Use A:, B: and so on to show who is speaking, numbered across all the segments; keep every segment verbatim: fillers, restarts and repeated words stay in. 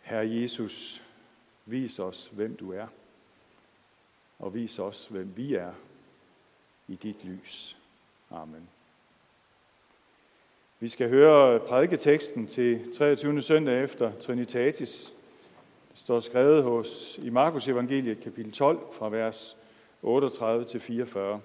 A: Herre Jesus, vis os, hvem du er, og vis os, hvem vi er i dit lys. Amen. Vi skal høre prædiketeksten til treogtyvende søndag efter Trinitatis. Det står skrevet hos i Markus evangeliet kapitel tolv fra vers otteogtredive til fireogfyrre.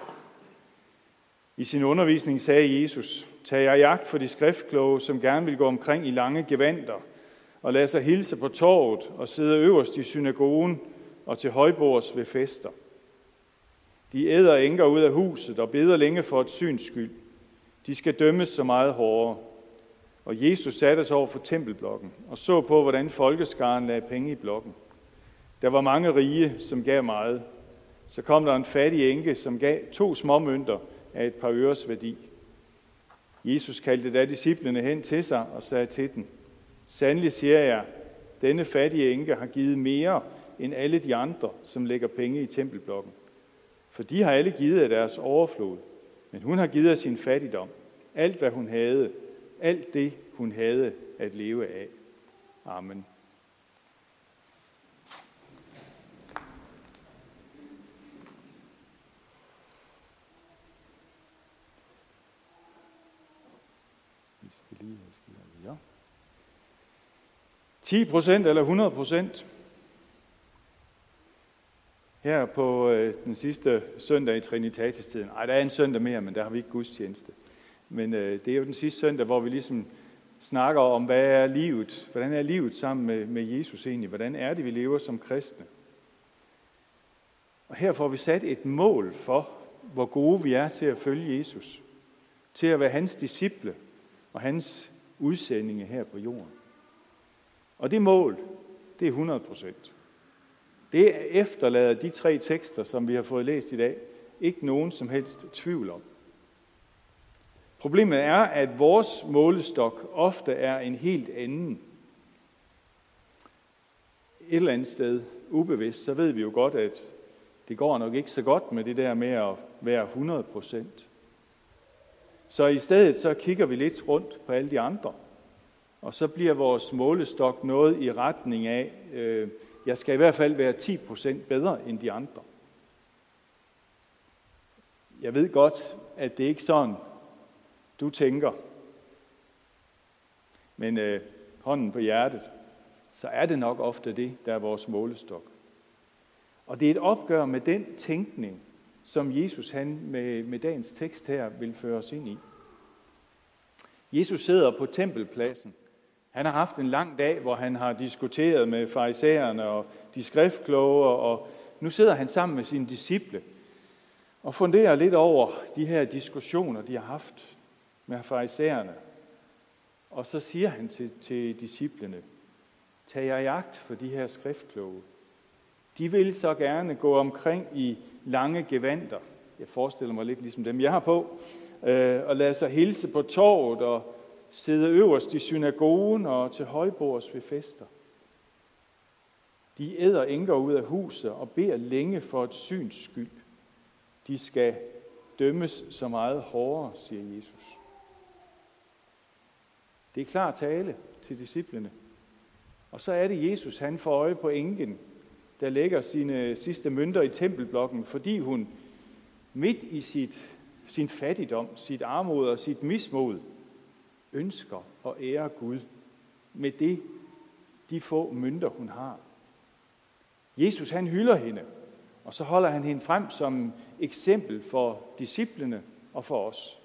A: I sin undervisning sagde Jesus: Tag jer i agt for de skriftkloge, som gerne vil gå omkring i lange gevandter og lade sig hilse på torvet og sidde øverst i synagogen og til højbords ved fester. De æder enker ud af huset og beder længe for et syns skyld. De skal dømmes så meget hårdere. Og Jesus satte sig over for tempelblokken og så på, hvordan folkeskaren lagde penge i blokken. Der var mange rige, som gav meget. Så kom der en fattig enke, som gav to småmønter af et par øres værdi. Jesus kaldte da disciplene hen til sig og sagde til dem: Sandelig siger jeg, denne fattige enke har givet mere end alle de andre, som lægger penge i tempelblokken. For de har alle givet af deres overflod, men hun har givet af sin fattigdom. Alt hvad hun havde, alt det hun havde at leve af. Amen. Vi skal lige have skrevet, ja. ti procent eller hundrede procent. Her på øh, den sidste søndag i Trinitatis-tiden. Ej, der er en søndag mere, men der har vi ikke gudstjeneste. Men øh, det er jo den sidste søndag, hvor vi ligesom snakker om, hvad er livet? Hvordan er livet sammen med, med Jesus egentlig? Hvordan er det, vi lever som kristne? Og her får vi sat et mål for, hvor gode vi er til at følge Jesus. Til at være hans disciple og hans udsendinge her på jorden. Og det mål, det er hundrede procent. Det efterlader de tre tekster, som vi har fået læst i dag, ikke nogen som helst tvivl om. Problemet er, at vores målestok ofte er en helt anden. Et eller andet sted, ubevidst, så ved vi jo godt, at det går nok ikke så godt med det der med at være hundrede procent. Så i stedet så kigger vi lidt rundt på alle de andre, og så bliver vores målestok noget i retning af, øh, jeg skal i hvert fald være ti procent bedre end de andre. Jeg ved godt, at det ikke er sådan, du tænker. Men øh, hånden på hjertet, så er det nok ofte det, der er vores målestok. Og det er et opgør med den tænkning, som Jesus han med, med dagens tekst her vil føre os ind i. Jesus sidder på tempelpladsen. Han har haft en lang dag, hvor han har diskuteret med farisæerne og de skriftkloge, og nu sidder han sammen med sine disciple og funderer lidt over de her diskussioner, de har haft med farisæerne. Og så siger han til, til disciplene: Tag jer i agt for de her skriftkloge. De vil så gerne gå omkring i lange gevandter. Jeg forestiller mig lidt ligesom dem, jeg har på. Øh, og lade sig hilse på torvet og sidde øverst i synagogen og til højbords ved fester. De æder enker ud af huset og beder længe for et syns skyld. De skal dømmes så meget hårdere, siger Jesus. Det er klar tale til disciplene. Og så er det Jesus, han får øje på enken, der lægger sine sidste mønter i tempelblokken, fordi hun midt i sit, sin fattigdom, sit armod og sit mismod, ønsker at ære Gud med det, de få mønter, hun har. Jesus, han hylder hende, og så holder han hende frem som eksempel for disciplene og for os.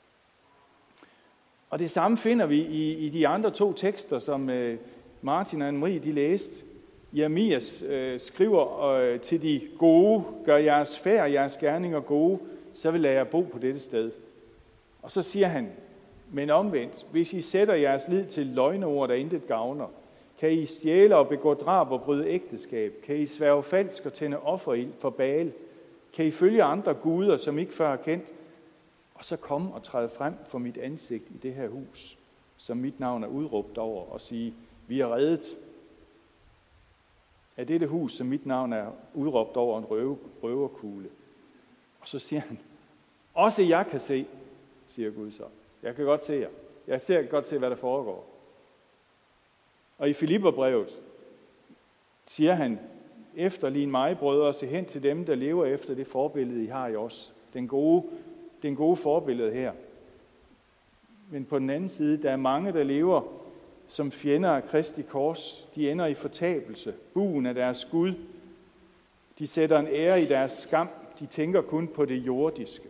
A: Og det samme finder vi i, i de andre to tekster, som øh, Martin og Anne-Marie de læste. Jeremias øh, skriver øh, til de gode: Gør jeres færd, jeres gerninger gode, så vil jeg bo på dette sted. Og så siger han: Men omvendt, hvis I sætter jeres lid til løgneord, der intet gavner, kan I stjæle og begå drab og bryde ægteskab, kan I sværge falsk og tænde offerild for Baal, kan I følge andre guder, som ikke før har kendt, og så komme og træde frem for mit ansigt i det her hus, som mit navn er udråbt over, og sige: Vi er reddet af dette hus, som mit navn er udråbt over en røve, røverkugle. Og så siger han: Også jeg kan se, siger Gud så. Jeg kan godt se jer. Jeg ser godt se, hvad der foregår. Og i Filipperbrevet siger han, efterlign mig, brødre, og se hen til dem, der lever efter det forbillede, I har i os. Den gode, den gode forbillede her. Men på den anden side, der er mange, der lever som fjender af Kristi kors. De ender i fortabelse, buen af deres Gud. De sætter en ære i deres skam. De tænker kun på det jordiske.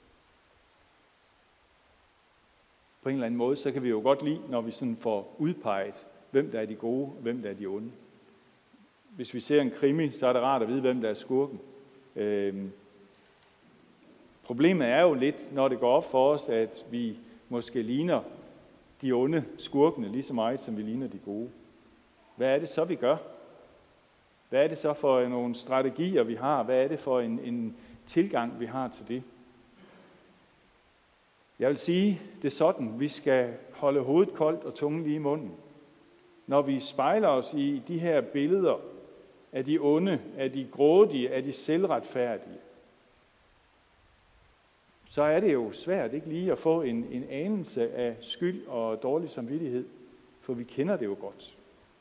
A: På en eller anden måde, så kan vi jo godt lide, når vi sådan får udpeget, hvem der er de gode, og hvem der er de onde. Hvis vi ser en krimi, så er det rart at vide, hvem der er skurken. Øhm. Problemet er jo lidt, når det går op for os, at vi måske ligner de onde skurkene lige så meget, som vi ligner de gode. Hvad er det så, vi gør? Hvad er det så for nogle strategier, vi har? Hvad er det for en, en tilgang, vi har til det? Jeg vil sige det sådan, vi skal holde hovedet koldt og tungen lige i munden. Når vi spejler os i de her billeder af de onde, af de grådige, af de selvretfærdige, så er det jo svært ikke lige at få en, en anelse af skyld og dårlig samvittighed, for vi kender det jo godt.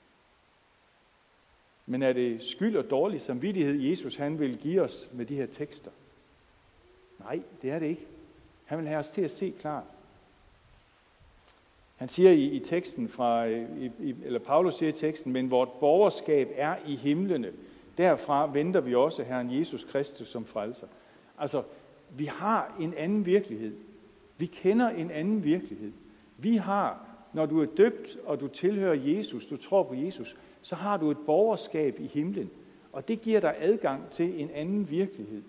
A: Men er det skyld og dårlig samvittighed, Jesus han vil give os med de her tekster? Nej, det er det ikke. Han vil have os til at se klart. Han siger i, i teksten fra, i, i, eller Paulus siger i teksten, men vort borgerskab er i himlene. Derfra venter vi også Herren Jesus Kristus som frelser. Altså, vi har en anden virkelighed. Vi kender en anden virkelighed. Vi har, når du er døbt, og du tilhører Jesus, du tror på Jesus, så har du et borgerskab i himlen. Og det giver dig adgang til en anden virkelighed.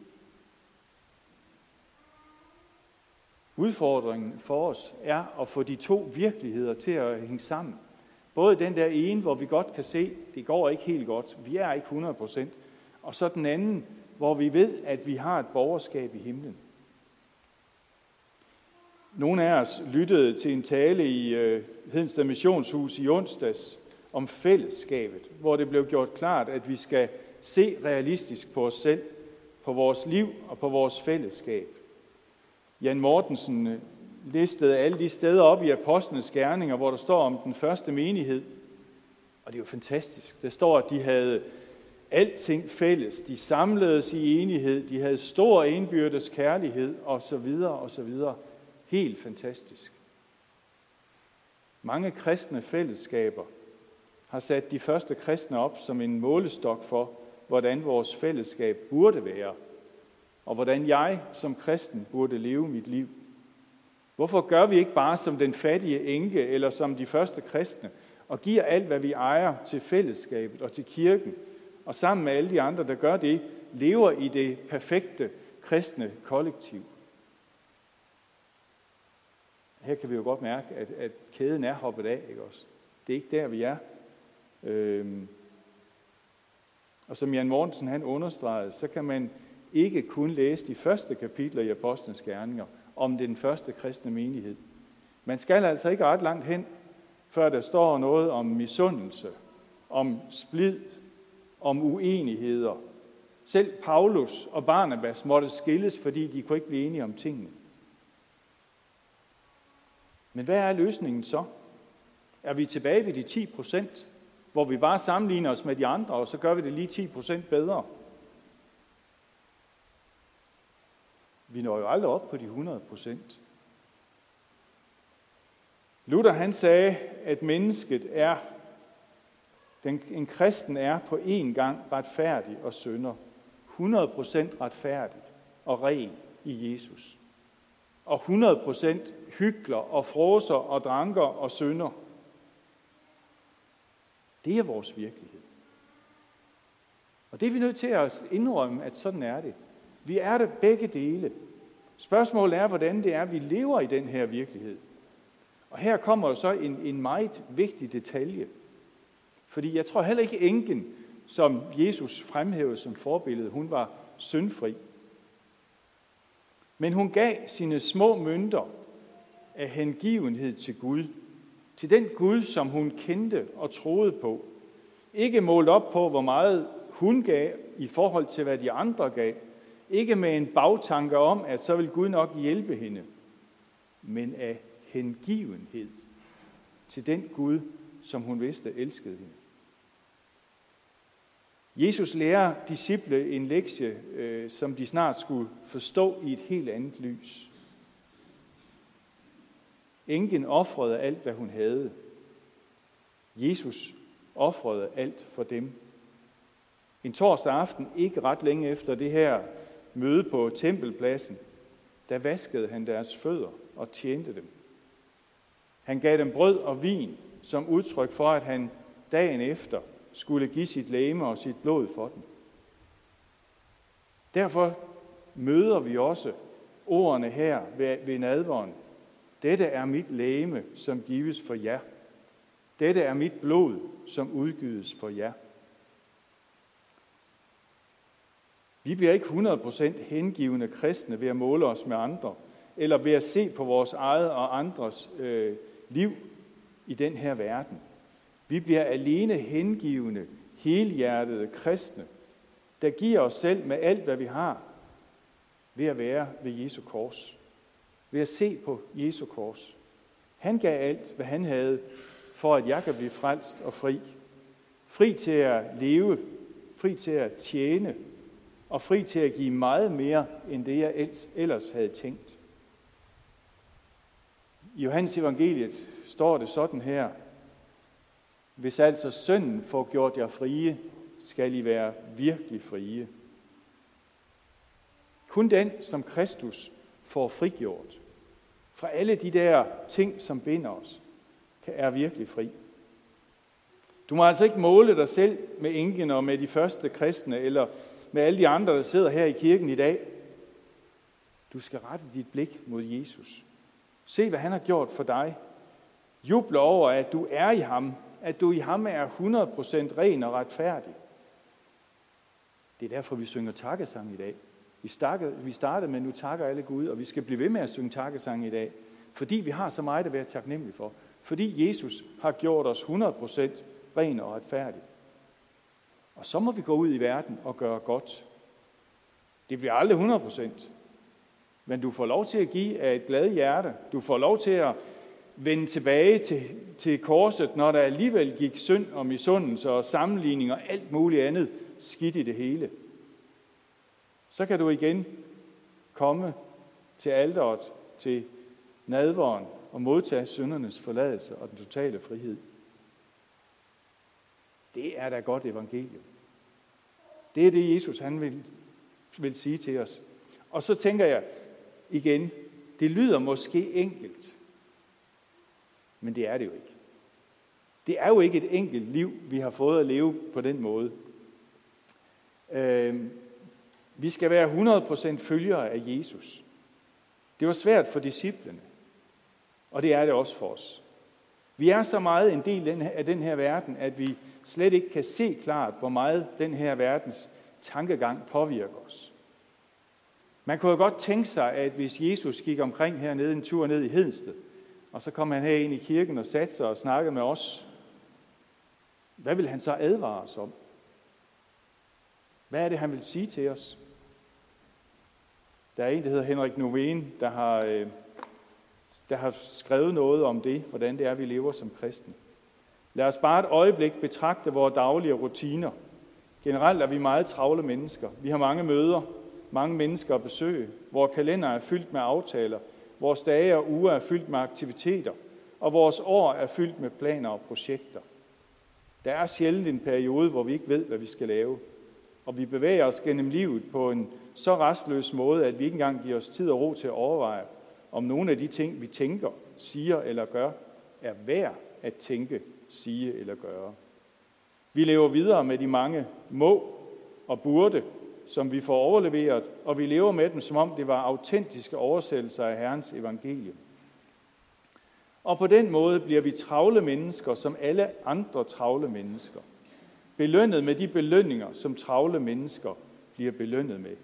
A: Udfordringen for os er at få de to virkeligheder til at hænge sammen. Både den der ene, hvor vi godt kan se, det går ikke helt godt, vi er ikke hundrede procent, og så den anden, hvor vi ved, at vi har et borgerskab i himlen. Nogle af os lyttede til en tale i uh, Hedensted Missionshus i onsdags om fællesskabet, hvor det blev gjort klart, at vi skal se realistisk på os selv, på vores liv og på vores fællesskab. Jan Mortensen listede alle de steder op i Apostlenes Gerninger, hvor der står om den første menighed. Og det er jo fantastisk. Der står, at de havde alting fælles. De samledes i enighed. De havde stor indbyrdes kærlighed osv. osv. Helt fantastisk. Mange kristne fællesskaber har sat de første kristne op som en målestok for, hvordan vores fællesskab burde være, og hvordan jeg som kristen burde leve mit liv. Hvorfor gør vi ikke bare som den fattige enke, eller som de første kristne, og giver alt, hvad vi ejer, til fællesskabet og til kirken, og sammen med alle de andre, der gør det, lever i det perfekte kristne kollektiv? Her kan vi jo godt mærke, at, at kæden er hoppet af, ikke også? Det er ikke der, vi er. Øhm. Og som Jan Mortensen han understregede, så kan man ikke kun læse de første kapitler i Apostlenes Gerninger om den første kristne menighed. Man skal altså ikke ret langt hen, før der står noget om misundelse, om splid, om uenigheder. Selv Paulus og Barnabas måtte skilles, fordi de kunne ikke blive enige om tingene. Men hvad er løsningen så? Er vi tilbage ved de ti procent, hvor vi bare sammenligner os med de andre, og så gør vi det lige ti procent bedre? Vi når jo aldrig op på de hundrede procent. Luther han sagde, at mennesket er, den, en kristen er på én gang retfærdig og synder. hundrede procent retfærdig og ren i Jesus. Og hundrede procent hykler og fråser og dranker og synder. Det er vores virkelighed. Og det er vi nødt til at indrømme, at sådan er det. Vi er der begge dele. Spørgsmålet er, hvordan det er, vi lever i den her virkelighed. Og her kommer jo så en, en meget vigtig detalje. Fordi jeg tror heller ikke enken, som Jesus fremhævede som forbillede, hun var syndfri. Men hun gav sine små mønter af hengivenhed til Gud. Til den Gud, som hun kendte og troede på. Ikke målt op på, hvor meget hun gav i forhold til, hvad de andre gav. Ikke med en bagtanke om, at så vil Gud nok hjælpe hende. Men af hengivenhed til den Gud, som hun vidste elskede hende. Jesus lærer disciple en lektie, øh, som de snart skulle forstå i et helt andet lys. Enken ofrede alt, hvad hun havde. Jesus ofrede alt for dem. En torsdag aften, ikke ret længe efter det her møde på tempelpladsen, der vaskede han deres fødder og tjente dem. Han gav dem brød og vin som udtryk for, at han dagen efter skulle give sit legeme og sit blod for dem. Derfor møder vi også ordene her ved nadveren. Dette er mit legeme, som gives for jer. Dette er mit blod, som udgydes for jer. Vi bliver ikke hundrede procent hengivende kristne ved at måle os med andre, eller ved at se på vores eget og andres øh, liv i den her verden. Vi bliver alene hengivende, helhjertede kristne, der giver os selv med alt, hvad vi har, ved at være ved Jesu kors. Ved at se på Jesu kors. Han gav alt, hvad han havde, for at jeg kan blive frelst og fri. Fri til at leve, fri til at tjene, og fri til at give meget mere, end det jeg ellers havde tænkt. I Johannes evangeliet står det sådan her: hvis altså sønnen får gjort jer frie, skal I være virkelig frie. Kun den, som Kristus får frigjort fra alle de der ting, som binder os, er virkelig fri. Du må altså ikke måle dig selv med enken og med de første kristne, eller med alle de andre, der sidder her i kirken i dag. Du skal rette dit blik mod Jesus. Se, hvad han har gjort for dig. Juble over, at du er i ham, at du i ham er hundrede procent ren og retfærdig. Det er derfor, vi synger takkesang i dag. Vi startede, vi startede med, nu takker alle Gud, og vi skal blive ved med at synge takkesang i dag, fordi vi har så meget at være taknemmelige for. Fordi Jesus har gjort os hundrede procent ren og retfærdig. Og så må vi gå ud i verden og gøre godt. Det bliver aldrig hundrede procent. Men du får lov til at give af et glad hjerte. Du får lov til at vende tilbage til, til korset, når der alligevel gik synd og misundelse og sammenligning og alt muligt andet skidt i det hele. Så kan du igen komme til alteret, til nadveren og modtage syndernes forladelse og den totale frihed. Det er da godt evangelium. Det er det, Jesus han vil, vil sige til os. Og så tænker jeg igen, det lyder måske enkelt, men det er det jo ikke. Det er jo ikke et enkelt liv, vi har fået at leve på den måde. Øh, vi skal være hundrede procent følgere af Jesus. Det var svært for disciplene, og det er det også for os. Vi er så meget en del af den her verden, at vi slet ikke kan se klart, hvor meget den her verdens tankegang påvirker os. Man kunne jo godt tænke sig, at hvis Jesus gik omkring hernede en tur ned i Hedensted, og så kom han her ind i kirken og satte sig og snakkede med os, hvad vil han så advare os om? Hvad er det, han vil sige til os? Der er en, der hedder Henrik Novén, der har, øh, der har skrevet noget om det, hvordan det er, vi lever som kristne. Lad os bare et øjeblik betragte vores daglige rutiner. Generelt er vi meget travle mennesker. Vi har mange møder, mange mennesker at besøge. Vores kalender er fyldt med aftaler. Vores dage og uger er fyldt med aktiviteter. Og vores år er fyldt med planer og projekter. Der er sjældent en periode, hvor vi ikke ved, hvad vi skal lave. Og vi bevæger os gennem livet på en så restløs måde, at vi ikke engang giver os tid og ro til at overveje, om nogle af de ting, vi tænker, siger eller gør, er værd at tænke, sige eller gøre. Vi lever videre med de mange må og burde, som vi får overleveret, og vi lever med dem, som om det var autentiske oversættelser af Herrens evangelium. Og på den måde bliver vi travle mennesker, som alle andre travle mennesker. Belønnet med de belønninger, som travle mennesker bliver belønnet med.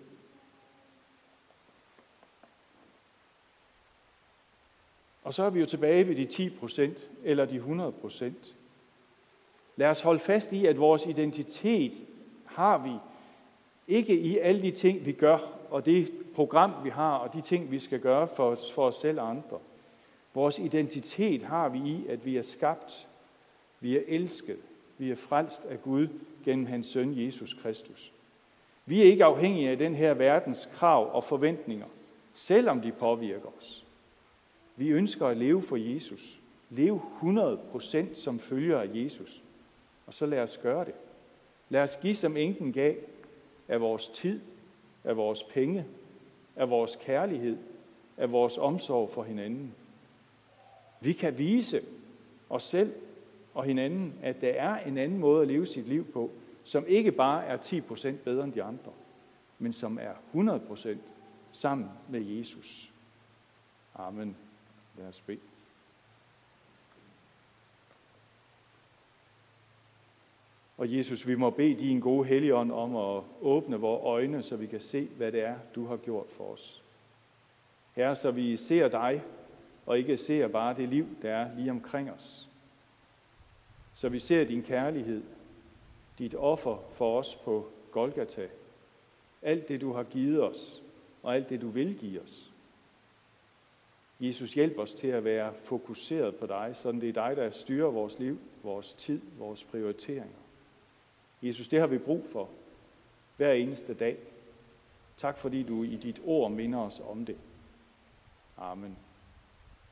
A: Og så er vi jo tilbage ved de ti procent eller de hundrede procent. Lad os holde fast i, at vores identitet har vi ikke i alle de ting, vi gør, og det program, vi har, og de ting, vi skal gøre for os, for os selv og andre. Vores identitet har vi i, at vi er skabt Vi er elsket. Vi er frelst af Gud gennem hans søn Jesus Kristus. Vi er ikke afhængige af den her verdens krav og forventninger, selvom de påvirker os. Vi ønsker at leve for Jesus. Leve hundrede procent som følger af Jesus. Og så lad os gøre det. Lad os give, som enken gav, af vores tid, af vores penge, af vores kærlighed, af vores omsorg for hinanden. Vi kan vise os selv og hinanden, at der er en anden måde at leve sit liv på, som ikke bare er ti procent bedre end de andre, men som er hundrede procent sammen med Jesus. Amen. Lad os bede. Og Jesus, vi må bede din gode Helligånd om at åbne vores øjne, så vi kan se, hvad det er, du har gjort for os. Herre, så vi ser dig, og ikke ser bare det liv, der er lige omkring os. Så vi ser din kærlighed, dit offer for os på Golgata. Alt det, du har givet os, og alt det, du vil give os. Jesus, hjælp os til at være fokuseret på dig, så det er dig, der styrer vores liv, vores tid, vores prioriteringer. Jesus, det har vi brug for hver eneste dag. Tak fordi du i dit ord minder os om det. Amen.